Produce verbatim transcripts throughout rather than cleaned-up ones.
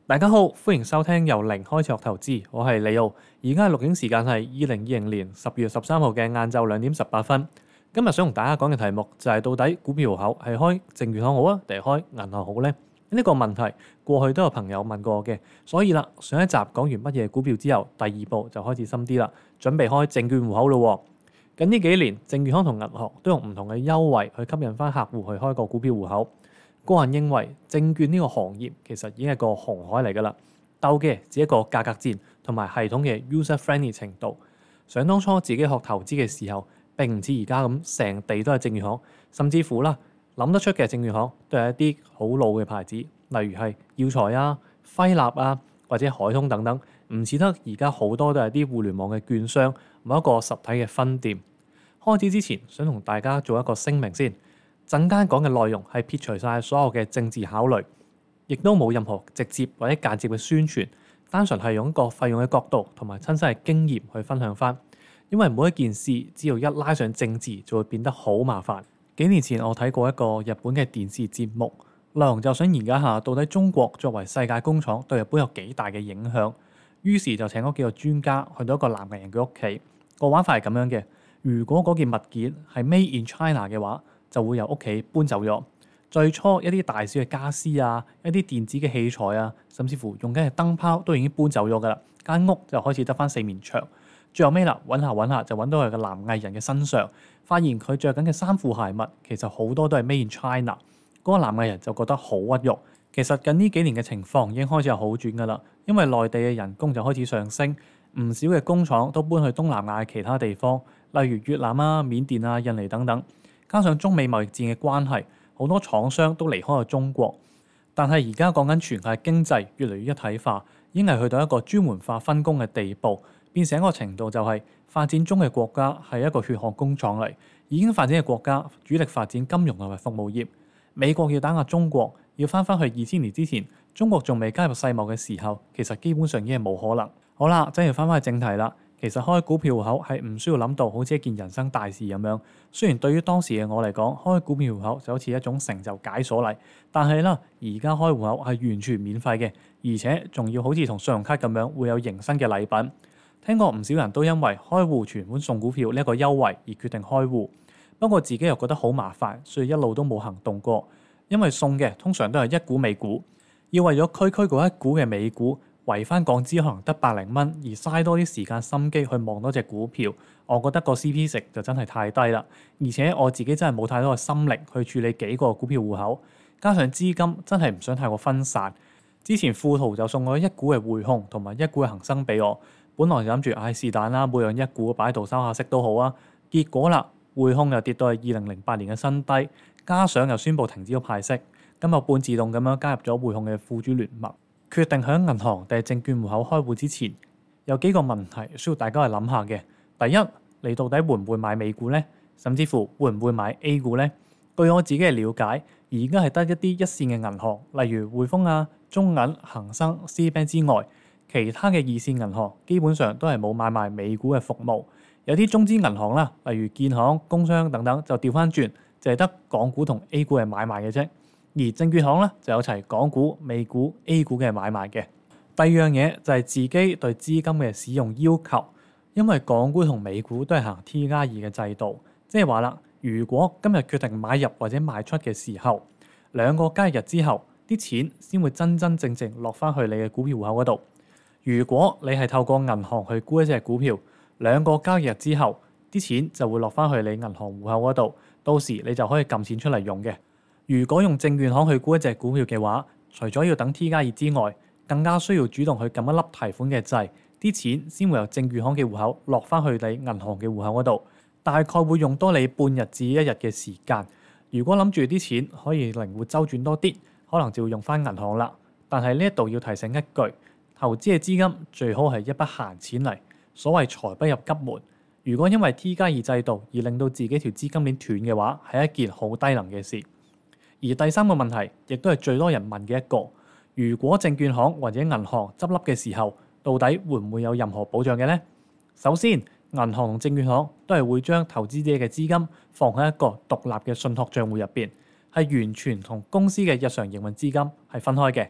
大家好，歡迎收聽由零開始學投資，我係李奧。而家嘅錄影時間係二零二零年十月十三號嘅晏晝兩點十八分。今日想同大家講嘅題目就係到底股票戶口係開證券行好啊，定係開銀行好呢？呢個問題過去都有朋友問過我嘅，所以啦，上一集講完乜嘢股票之後，第二步就開始深啲啦，準備開證券戶口咯。近呢幾年，證券行同銀行都用唔同嘅優惠去吸引翻客戶去開個股票戶口。個人認為證券呢個行業其實已經係個紅海嚟㗎啦，鬥嘅只係一個價格戰同埋系統嘅 user friendly 程度。想當初自己學投資嘅時候，並唔似而家咁成地都係證券行，甚至乎啦諗得出嘅證券行都係一啲好老嘅牌子，例如係耀才啊、輝立啊或者海通等等，唔似得而家好多都係啲互聯網嘅券商，冇一個實體嘅分店。開始之前，想同大家做一個聲明先。陣間講嘅內容係撇除晒所有嘅政治考慮，亦都冇任何直接或者間接嘅宣傳，單純係用一個費用嘅角度同埋親身嘅經驗去分享翻。因為每一件事只要一拉上政治，就會變得好麻煩。幾年前我睇過一個日本嘅電視節目，內容就想研究下到底中國作為世界工廠對日本有幾大嘅影響。於是就請咗幾個專家去到一個南亞人嘅屋企，個玩法係咁樣嘅：如果嗰件物件係 Made in China 嘅話，就會由屋企搬走咗。最初一啲大小嘅家私啊，一啲電子嘅器材啊，甚至乎用緊嘅燈泡都已經搬走咗㗎啦。間屋就開始得返四面牆。最後尾啦，揾下揾下就揾到佢個男藝人嘅身上，發現佢着緊嘅衫褲鞋襪其實好多都係 Made in China。嗰個男藝人就覺得好屈辱。其實近呢幾年嘅情況已經開始有好轉㗎啦，因為內地嘅人工就開始上升，唔少嘅工廠都搬去東南亞嘅其他地方，例如越南啊、緬甸啊、印尼等等。加上中美貿易戰嘅關係，好多廠商都離開咗中國。但係而家講緊全球經濟越嚟越一體化，已經係去到一個專門化分工嘅地步，變成一個程度就係發展中嘅國家係一個血汗工廠嚟，已經發展嘅國家主力發展金融同埋服務業。美國要打壓中國，要翻返去二千年之前，中國仲未加入世貿嘅時候，其實基本上已經係冇可能。好啦，真係要翻返去正題啦。其實開股票戶口係唔需要諗到好似一件人生大事咁樣。雖然對於當時嘅我嚟講，開股票戶口就好似一種成就解鎖禮，但係啦，而家開戶口係完全免費嘅，而且仲要好似同信用卡咁樣會有迎新嘅禮品。聽過唔少人都因為開戶存款送股票呢一個優惠而決定開戶，不過自己又覺得好麻煩，所以一路都冇行動過。因為送嘅通常都係一股美股，要為咗區區嗰一股嘅美股圍翻港紙可能得百零蚊，而嘥多啲時間心機去望多隻股票，我覺得個 C P 值就真係太低啦。而且我自己真係冇太多嘅心力去處理幾個股票戶口，加上資金真係唔想太過分散。之前富途就送咗一股嘅匯控同埋一股嘅恒生俾我，本來就諗住唉是但啦，每樣一股擺喺度收下息都好啊。結果啦，匯控又跌到係二零零八年嘅新低，加上又宣布停止咗派息，咁就半自動咁樣加入咗匯控嘅富主聯盟。決定喺銀行定係證券戶口開戶之前，有幾個問題需要大家去諗下嘅。第一，你到底會唔會買美股呢？甚至乎會唔會買 A 股呢？據我自己嘅了解，而家係得一啲一線嘅銀行，例如匯豐啊、中銀、恒生、Citibank 之外，其他嘅二線銀行基本上都係冇買賣美股嘅服務。有啲中資銀行啦，例如建行、工商等等，就調翻轉，就係得港股同 A 股係買賣嘅啫。而證券行咧就有齊港股、美股、A 股嘅買賣嘅。第二樣嘢就係自己對資金嘅使用要求，因為港股同美股都係行 T 加二嘅制度，即係話啦，如果今日決定買入或者賣出嘅時候，兩個交易日之後，啲錢先會真真正正落翻去你嘅股票戶口嗰度。如果你係透過銀行去沽一隻股票，兩個交易日之後，啲錢就會落翻去你銀行戶口嗰度，到時你就可以撳錢出嚟用嘅。如果用證券行去沽一隻股票嘅話，除咗要等 T 加二之外，更加需要主動去撳一粒提款嘅掣，啲錢先會由證券行嘅戶口落翻去你銀行嘅戶口嗰度，大概會用多你半日至一日嘅時間。如果諗住啲錢可以靈活周轉多啲，可能就要用翻銀行啦。但係呢一度要提醒一句，投資嘅資金最好係一筆閒錢嚟，所謂財不入急門。如果因為 T 加二制度而令到自己條資金鏈斷嘅話，係一件好低能嘅事。而第三個問題，亦都係最多人問嘅一個，如果證券行或者銀行執笠嘅時候，到底會唔會有任何保障嘅呢？首先，銀行同證券行都係會將投資者嘅資金放喺一個獨立嘅信託帳戶入邊，係完全同公司嘅日常營運資金係分開嘅。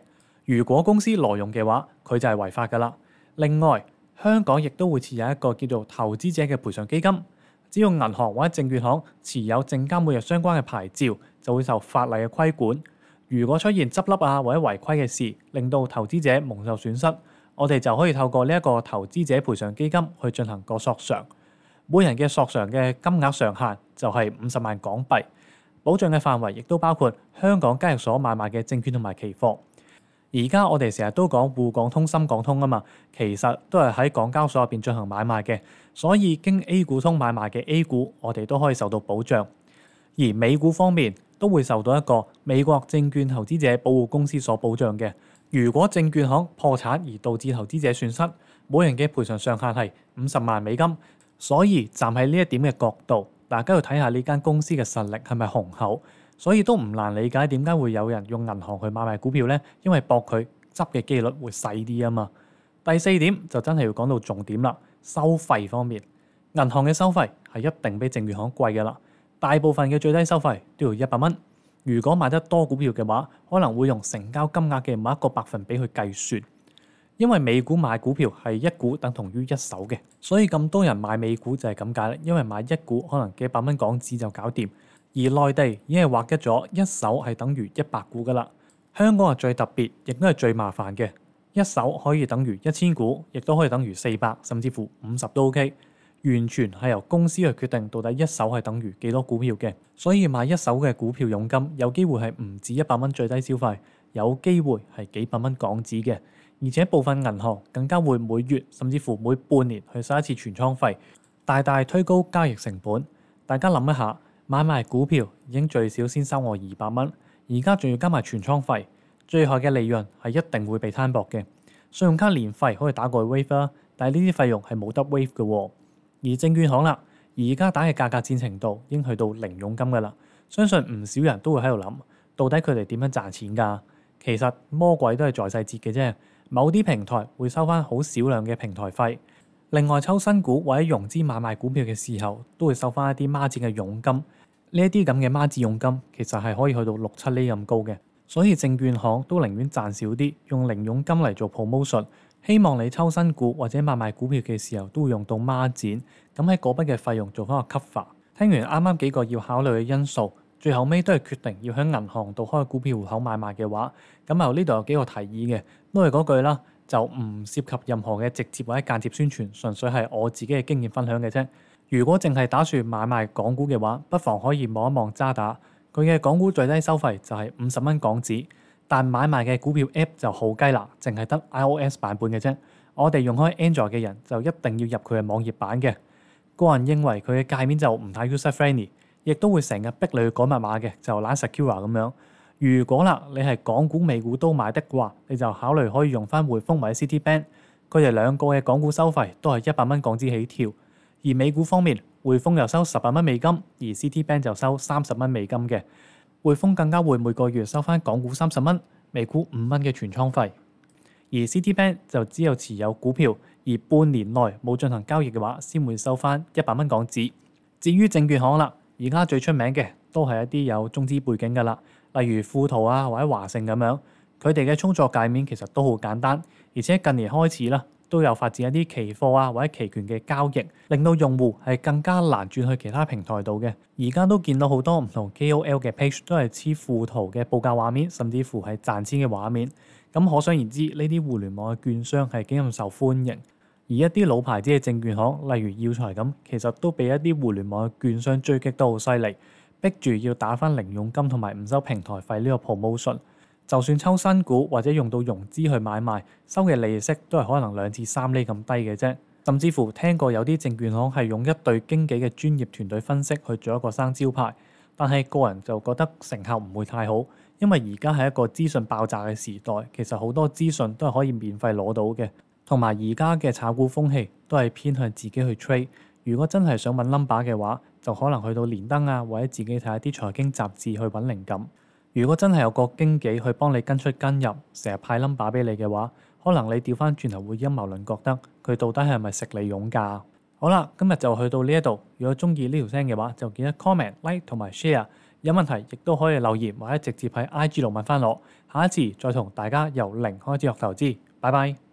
如果公司挪用嘅話，佢就係違法㗎啦。另外，香港亦都會設有一個叫做投資者嘅賠償基金，只要銀行或者證券行持有證監會相關嘅牌照，就會受法例嘅規管。如果出現執笠啊或者違規嘅事，令到投資者蒙受損失，我哋就可以透過呢一個投資者賠償基金去進行個索償。每人嘅索償嘅金額上限就係五十萬港幣，保障嘅範圍亦都包括香港交易所買賣嘅證券同埋期貨。而家我哋成日都講滬港通、深港通啊嘛，其實都係喺港交所入邊進行買賣嘅，所以經 A 股通買賣嘅 A 股，我哋都可以受到保障。而美股方面都會受到一個美國證券投資者保護公司所保障嘅。如果證券行破產而導致投資者損失，每人嘅賠償上限係五十萬美金。所以站喺呢一點嘅角度，大家要睇下呢間公司嘅實力係咪雄厚。所以都唔難理解點解會有人用銀行去買賣股票呢？因為博佢執嘅機率會細啲啊嘛。第四點就真係要講到重點啦，收費方面，銀行嘅收費係一定比證券行貴嘅啦。大部分嘅最低收費都要一百蚊。如果買得多股票嘅話，可能會用成交金額嘅某一個百分比去計算。因為美股買股票係一股等同於一手嘅，所以咁多人買美股就係咁解啦。因為買一股可能幾百蚊港紙就搞掂。而內地已經係劃一咗一手係等於一百股噶啦。香港係最特別，亦都係最麻煩嘅。一手可以等於一千股，亦都可以等於四百，甚至乎五十都 OK。完全係由公司去決定到底一手係等於幾多股票嘅。所以買一手嘅股票佣金有機會係唔止一百蚊最低消費，有機會係幾百蚊港紙嘅。而且部分銀行更加會每月甚至乎每半年去收一次存倉費，大大推高交易成本。大家諗一下。買賣股票已經最少先收我二百蚊，而家仲要加埋存倉費，最後嘅利潤係一定會被攤薄嘅。信用卡年費可以打過去 waive 啦，但係呢啲費用係冇得 waive 嘅喎。而證券行啦，而家打嘅價格戰程度已經去到零佣金㗎啦。相信唔少人都會喺度諗，到底佢哋點樣賺錢㗎？其實魔鬼都係在細節嘅啫。某啲平台會收翻好少量嘅平台費。另外抽新股或者融資買賣股票嘅時候，都會收翻一啲孖展嘅佣金。呢一啲咁嘅孖展佣金其實係可以去到六七厘咁高嘅，所以證券行都寧願賺少啲，用零佣金嚟做 promotion， 希望你抽新股或者買賣股票嘅時候都會用到孖展，咁喺嗰筆嘅費用做翻個 cover。聽完啱啱幾個要考慮嘅因素，最後尾都係決定要喺銀行度開股票戶口買賣嘅話，咁由呢度有幾個提議嘅，都係嗰句啦。就唔涉及任何嘅直接或者間接宣傳，純粹係我自己嘅經驗分享嘅啫。如果淨係打算買賣港股嘅話，不妨可以望一望渣打，佢嘅港股最低收費就係五十蚊港紙，但買賣嘅股票 App 就好雞啦，淨係得 iOS 版本嘅啫。我哋用開 Android 嘅人就一定要入佢嘅網頁版嘅。個人認為佢嘅界面就唔太 user friendly， 亦都會成日逼你去改密碼嘅，就懶 secure 咁樣。如果啦，你係港股、美股都買的話，你就考慮可以用翻匯豐或者 Citibank， 佢哋兩個嘅港股收費都係一百蚊港紙起跳。而美股方面，匯豐又收十八蚊美金，而 Citibank 就收三十蚊美金嘅。匯豐更加會每個月收翻港股三十蚊，美股五蚊嘅存倉費。而 Citibank 就只有持有股票，而半年內冇進行交易嘅話，先會收翻一百蚊港紙。至於證券行啦，而家最出名嘅都係一啲有中資背景噶啦。例如富途啊或者華盛咁樣，佢哋嘅操作界面其實都好簡單，而且近年開始啦都有發展一啲期貨啊或者期權嘅交易，令到用戶係更加難轉去其他平台度嘅。而家都見到好多唔同 K O L 嘅 page 都係黐富途嘅報價畫面，甚至乎係賺錢嘅畫面。咁可想而知呢啲互聯網嘅券商係幾咁受歡迎。而一啲老牌子嘅證券行，例如耀才咁，其實都被一啲互聯網嘅券商追擊得好犀利。逼住要打翻零佣金同埋唔收平台費呢個 promotion， 就算抽新股或者用到融資去買賣，收嘅利息都係可能兩至三厘咁低嘅啫。甚至乎聽過有啲證券行係用一隊經紀嘅專業團隊分析去做一個生招牌，但係個人就覺得成效唔會太好，因為而家係一個資訊爆炸嘅時代，其實好多資訊都係可以免費攞到嘅，同埋而家嘅炒股風氣都係偏向自己去 trade。如果真係想揾 number 嘅話，就可能去到連登啊，或者自己睇下啲財經雜誌去揾靈感。如果真係有個經紀去幫你跟出跟入，成日派 number 俾你嘅話，可能你調翻轉頭會陰謀論覺得佢到底係咪食你佣價？好啦，今日就去到呢一度。如果中意呢條聲嘅話，就記得 comment、like 同埋 share。 有問題亦都可以留言或者直接喺 I G 度問翻我。下一次再同大家由零開始學投資，拜拜。